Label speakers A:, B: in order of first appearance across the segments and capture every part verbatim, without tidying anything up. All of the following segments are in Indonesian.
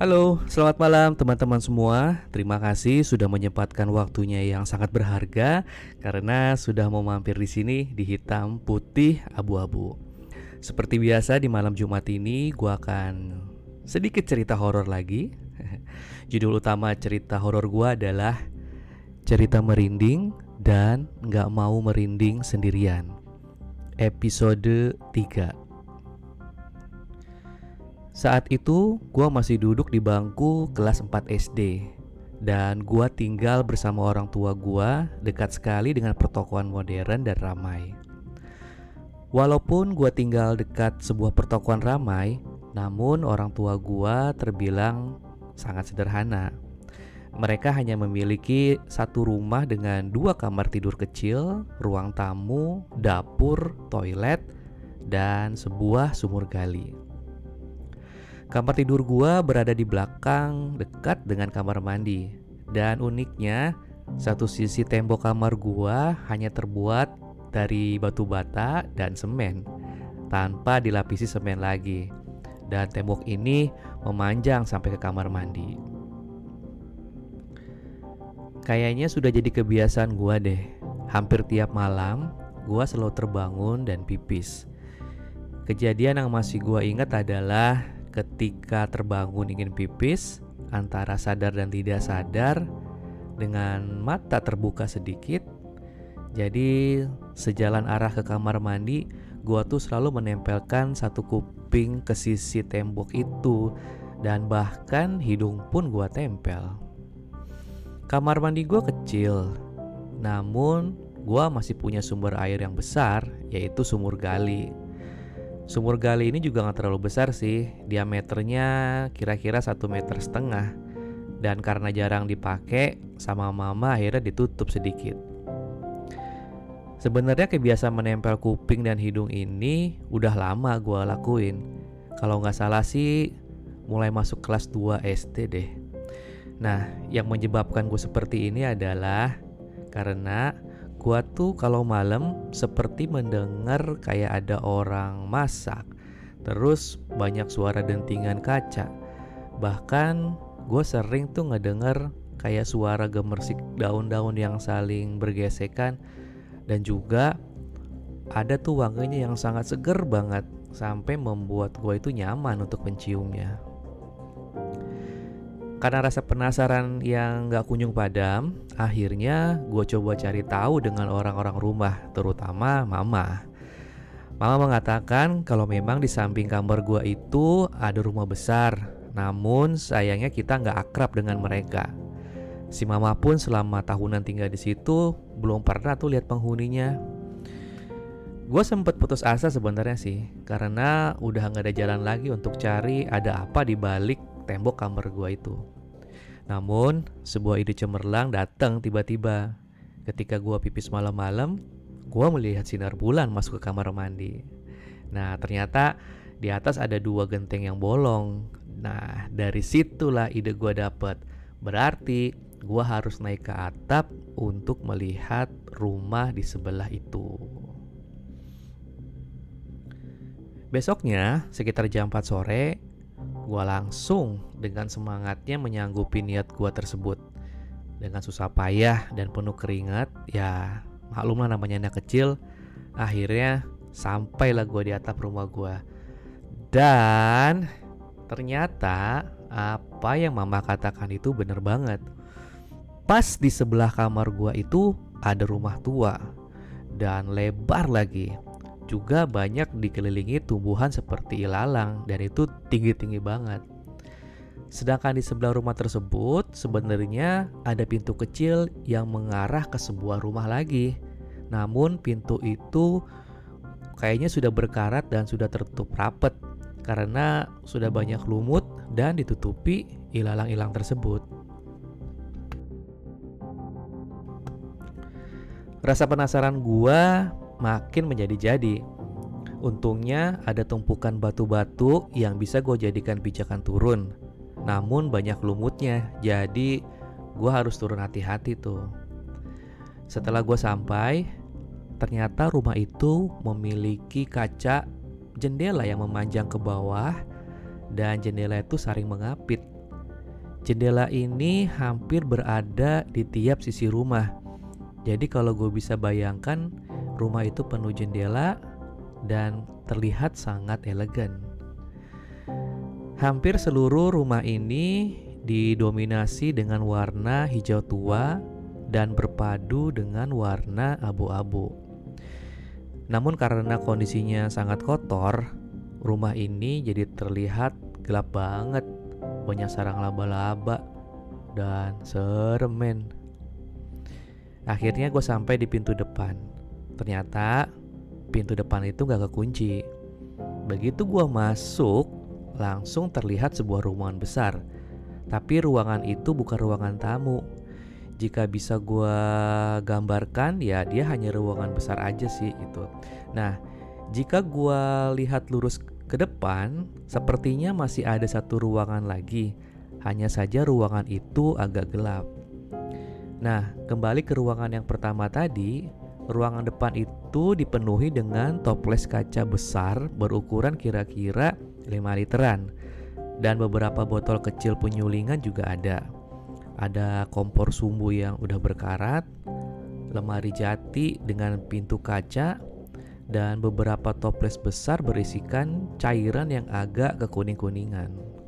A: Halo, selamat malam teman-teman semua. Terima kasih sudah menyempatkan waktunya yang sangat berharga karena sudah mau mampir di sini di hitam putih abu-abu. Seperti biasa di malam Jumat ini gua akan sedikit cerita horor lagi. Judul utama cerita horor gua adalah Cerita Merinding dan Nggak Mau Merinding Sendirian. Episode tiga. Saat itu gua masih duduk di bangku kelas empat S D dan gua tinggal bersama orang tua gua dekat sekali dengan pertokoan modern dan ramai. Walaupun gua tinggal dekat sebuah pertokoan ramai, namun orang tua gua terbilang sangat sederhana. Mereka hanya memiliki satu rumah dengan dua kamar tidur kecil, ruang tamu, dapur, toilet, dan sebuah sumur gali. Kamar tidur gua berada di belakang dekat dengan kamar mandi. Dan uniknya, satu sisi tembok kamar gua hanya terbuat dari batu bata dan semen tanpa dilapisi semen lagi. Dan tembok ini memanjang sampai ke kamar mandi. Kayaknya sudah jadi kebiasaan gua deh. Hampir tiap malam gua selalu terbangun dan pipis. Kejadian yang masih gua ingat adalah ketika terbangun ingin pipis, antara sadar dan tidak sadar, dengan mata terbuka sedikit. Jadi sejalan arah ke kamar mandi, gua tuh selalu menempelkan satu kuping ke sisi tembok itu, dan bahkan hidung pun gua tempel. Kamar mandi gua kecil, namun gua masih punya sumber air yang besar, yaitu sumur gali. Sumur gali ini juga gak terlalu besar sih, diameternya kira-kira satu meter setengah. Dan karena jarang dipakai, sama mama akhirnya ditutup sedikit. Sebenarnya kebiasaan menempel kuping dan hidung ini udah lama gue lakuin. Kalau gak salah sih mulai masuk kelas dua S D deh. Nah, yang menyebabkan gue seperti ini adalah karena gua tuh kalau malam seperti mendengar kayak ada orang masak. Terus banyak suara dentingan kaca. Bahkan gue sering tuh ngedenger kayak suara gemersik daun-daun yang saling bergesekan. Dan juga ada tuh wanginya yang sangat seger banget, sampai membuat gue itu nyaman untuk menciumnya. Karena rasa penasaran yang gak kunjung padam, akhirnya gue coba cari tahu dengan orang-orang rumah, terutama mama. Mama mengatakan kalau memang di samping kamar gue itu ada rumah besar, namun sayangnya kita gak akrab dengan mereka. Si mama pun selama tahunan tinggal di situ belum pernah tuh lihat penghuninya. Gue sempet putus asa sebenarnya sih, karena udah gak ada jalan lagi untuk cari ada apa di balik tembok kamar gue itu. Namun sebuah ide cemerlang datang tiba-tiba. Ketika gue pipis malam-malam, gue melihat sinar bulan masuk ke kamar mandi. Nah, ternyata di atas ada dua genteng yang bolong. Nah, dari situlah ide gue dapet. Berarti gue harus naik ke atap untuk melihat rumah di sebelah itu. Besoknya sekitar jam empat sore, gue langsung dengan semangatnya menyanggupi niat gue tersebut. Dengan susah payah dan penuh keringat, ya maklumlah namanya anak kecil, akhirnya sampailah gue di atap rumah gue. Dan ternyata apa yang mama katakan itu bener banget. Pas di sebelah kamar gue itu ada rumah tua dan lebar lagi. Juga banyak dikelilingi tumbuhan seperti ilalang dan itu tinggi-tinggi banget. Sedangkan di sebelah rumah tersebut sebenarnya ada pintu kecil yang mengarah ke sebuah rumah lagi. Namun pintu itu kayaknya sudah berkarat dan sudah tertutup rapat karena sudah banyak lumut dan ditutupi ilalang-ilalang tersebut. Rasa penasaran gua makin menjadi-jadi. Untungnya ada tumpukan batu-batu yang bisa gue jadikan pijakan turun. Namun banyak lumutnya, jadi gue harus turun hati-hati tuh. Setelah gue sampai, ternyata rumah itu memiliki kaca jendela yang memanjang ke bawah. Dan jendela itu saling mengapit. Jendela ini hampir berada di tiap sisi rumah. Jadi kalau gue bisa bayangkan, rumah itu penuh jendela dan terlihat sangat elegan. Hampir seluruh rumah ini didominasi dengan warna hijau tua dan berpadu dengan warna abu-abu. Namun karena kondisinya sangat kotor, rumah ini jadi terlihat gelap banget. Banyak sarang laba-laba dan serem men. Akhirnya gue sampai di pintu depan. Ternyata pintu depan itu gak kekunci. Begitu gue masuk, langsung terlihat sebuah ruangan besar. Tapi ruangan itu bukan ruangan tamu. Jika bisa gue gambarkan, ya dia hanya ruangan besar aja sih itu. Nah, jika gue lihat lurus ke depan, sepertinya masih ada satu ruangan lagi. Hanya saja ruangan itu agak gelap. Nah, kembali ke ruangan yang pertama tadi, ruangan depan itu dipenuhi dengan toples kaca besar berukuran kira-kira lima literan. Dan beberapa botol kecil penyulingan juga ada. Ada kompor sumbu yang udah berkarat, lemari jati dengan pintu kaca, dan beberapa toples besar berisikan cairan yang agak kekuning-kuningan.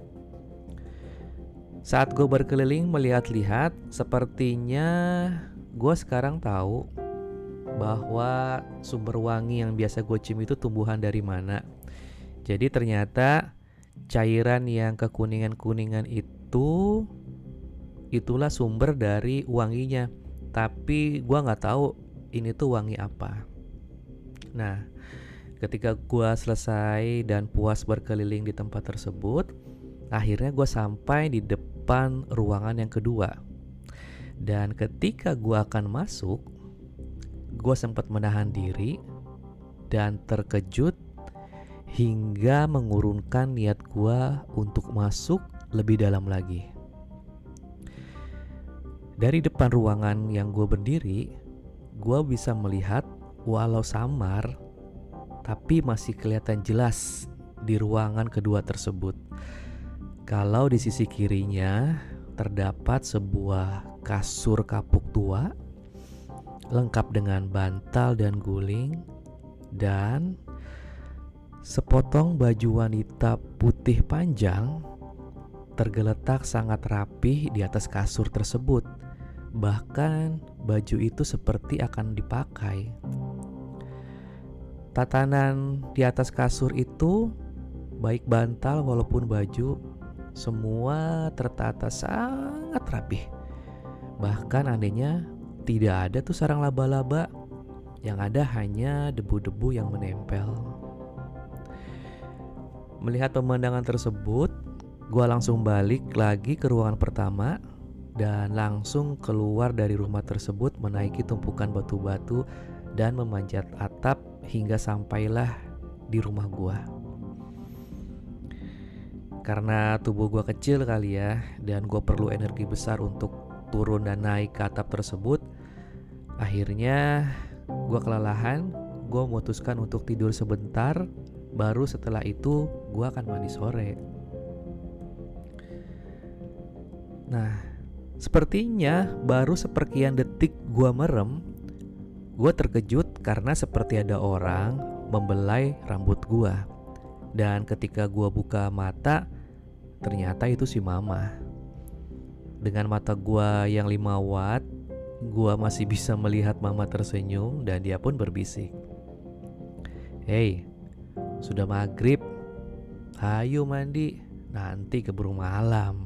A: Saat gue berkeliling melihat-lihat, sepertinya gue sekarang tahu bahwa sumber wangi yang biasa gue cium itu tumbuhan dari mana. Jadi ternyata cairan yang kekuningan-kuningan itu itulah sumber dari wanginya. Tapi gue gak tahu ini tuh wangi apa. Nah, ketika gue selesai dan puas berkeliling di tempat tersebut, akhirnya gue sampai di depan ruangan yang kedua. Dan ketika gue akan masuk, gue sempat menahan diri dan terkejut hingga mengurungkan niat gue untuk masuk lebih dalam lagi. Dari depan ruangan yang gue berdiri, gue bisa melihat walau samar, tapi masih kelihatan jelas di ruangan kedua tersebut. Kalau di sisi kirinya terdapat sebuah kasur kapuk tua, lengkap dengan bantal dan guling, dan sepotong baju wanita putih panjang tergeletak sangat rapih di atas kasur tersebut. Bahkan baju itu seperti akan dipakai. Tatanan di atas kasur itu, baik bantal walaupun baju, semua tertata sangat rapih. Bahkan anehnya tidak ada tuh sarang laba-laba. Yang ada hanya debu-debu yang menempel. Melihat pemandangan tersebut, gue langsung balik lagi ke ruangan pertama dan langsung keluar dari rumah tersebut menaiki tumpukan batu-batu dan memanjat atap hingga sampailah di rumah gue. Karena tubuh gue kecil kali ya, dan gue perlu energi besar untuk turun dan naik ke atap tersebut, akhirnya gue kelelahan. Gue memutuskan untuk tidur sebentar, baru setelah itu gue akan mandi sore. Nah, sepertinya baru seperkian detik gue merem, gue terkejut karena seperti ada orang membelai rambut gue. Dan ketika gue buka mata, ternyata itu si mama. Dengan mata gue yang lima watt, gue masih bisa melihat mama tersenyum dan dia pun berbisik, "Hei, sudah maghrib, ayo mandi, nanti keburu malam."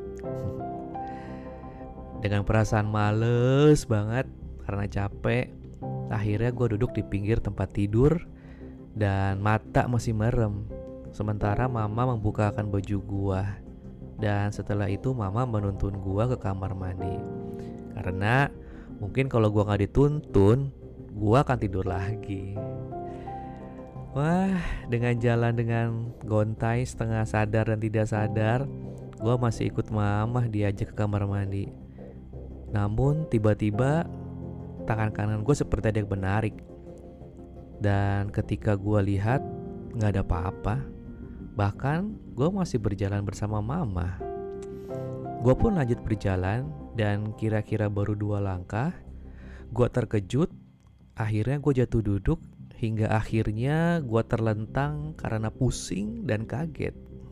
A: Dengan perasaan males banget karena capek, akhirnya gue duduk di pinggir tempat tidur dan mata masih merem. Sementara mama membukakan baju gue. Dan setelah itu mama menuntun gue ke kamar mandi. Karena mungkin kalau gue gak dituntun, gue akan tidur lagi. Wah, dengan jalan dengan gontai setengah sadar dan tidak sadar, gue masih ikut mama diajak ke kamar mandi. Namun tiba-tiba tangan kanan gue seperti ada yang menarik. Dan ketika gue lihat, gak ada apa-apa. Bahkan gue masih berjalan bersama mama. Gue pun lanjut berjalan dan kira-kira baru dua langkah, gue terkejut. Akhirnya gue jatuh duduk hingga akhirnya gue terlentang karena pusing dan kaget.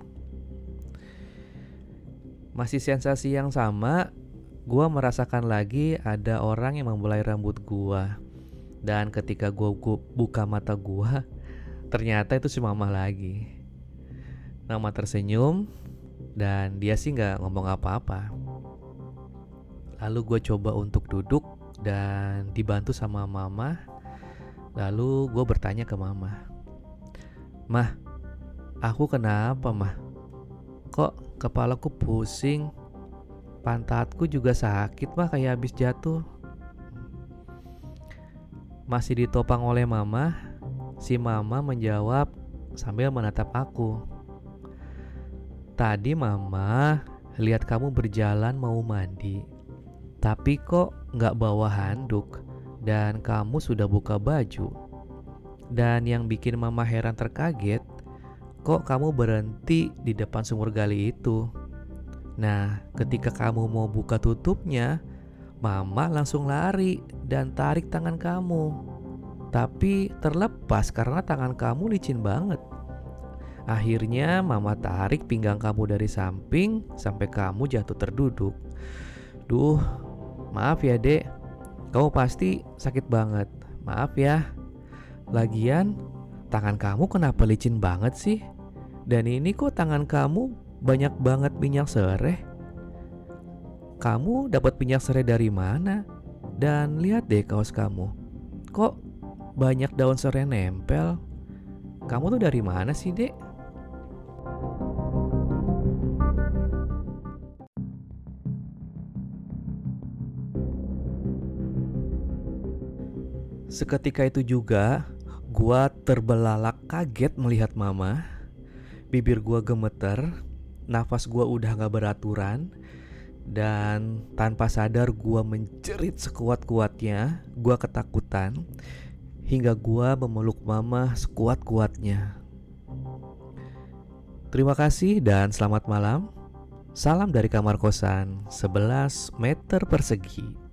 A: Masih sensasi yang sama, gue merasakan lagi ada orang yang membelai rambut gue. Dan ketika gue buka mata gue, ternyata itu si mama lagi. Mama tersenyum dan dia sih gak ngomong apa-apa. Lalu gue coba untuk duduk dan dibantu sama mama. Lalu gue bertanya ke mama, "Mah, aku kenapa mah? Kok kepalaku pusing? Pantatku juga sakit mah, kayak habis jatuh." Masih ditopang oleh mama, si mama menjawab sambil menatap aku. "Tadi mama lihat kamu berjalan mau mandi, tapi kok nggak bawa handuk dan kamu sudah buka baju. Dan yang bikin mama heran terkaget, kok kamu berhenti di depan sumur gali itu. Nah, ketika kamu mau buka tutupnya, mama langsung lari dan tarik tangan kamu. Tapi terlepas karena tangan kamu licin banget. Akhirnya mama tarik pinggang kamu dari samping sampai kamu jatuh terduduk. Duh, maaf ya dek, kamu pasti sakit banget. Maaf ya. Lagian, tangan kamu kenapa licin banget sih? Dan ini kok tangan kamu banyak banget minyak sereh? Kamu dapat minyak sereh dari mana? Dan lihat deh kaos kamu, kok banyak daun sereh nempel? Kamu tuh dari mana sih dek?" Seketika itu juga, gua terbelalak kaget melihat mama. Bibir gua gemeter, nafas gua udah gak beraturan, dan tanpa sadar gua menjerit sekuat-kuatnya. Gua ketakutan hingga gua memeluk mama sekuat-kuatnya. Terima kasih dan selamat malam. Salam dari kamar kosan sebelas meter persegi.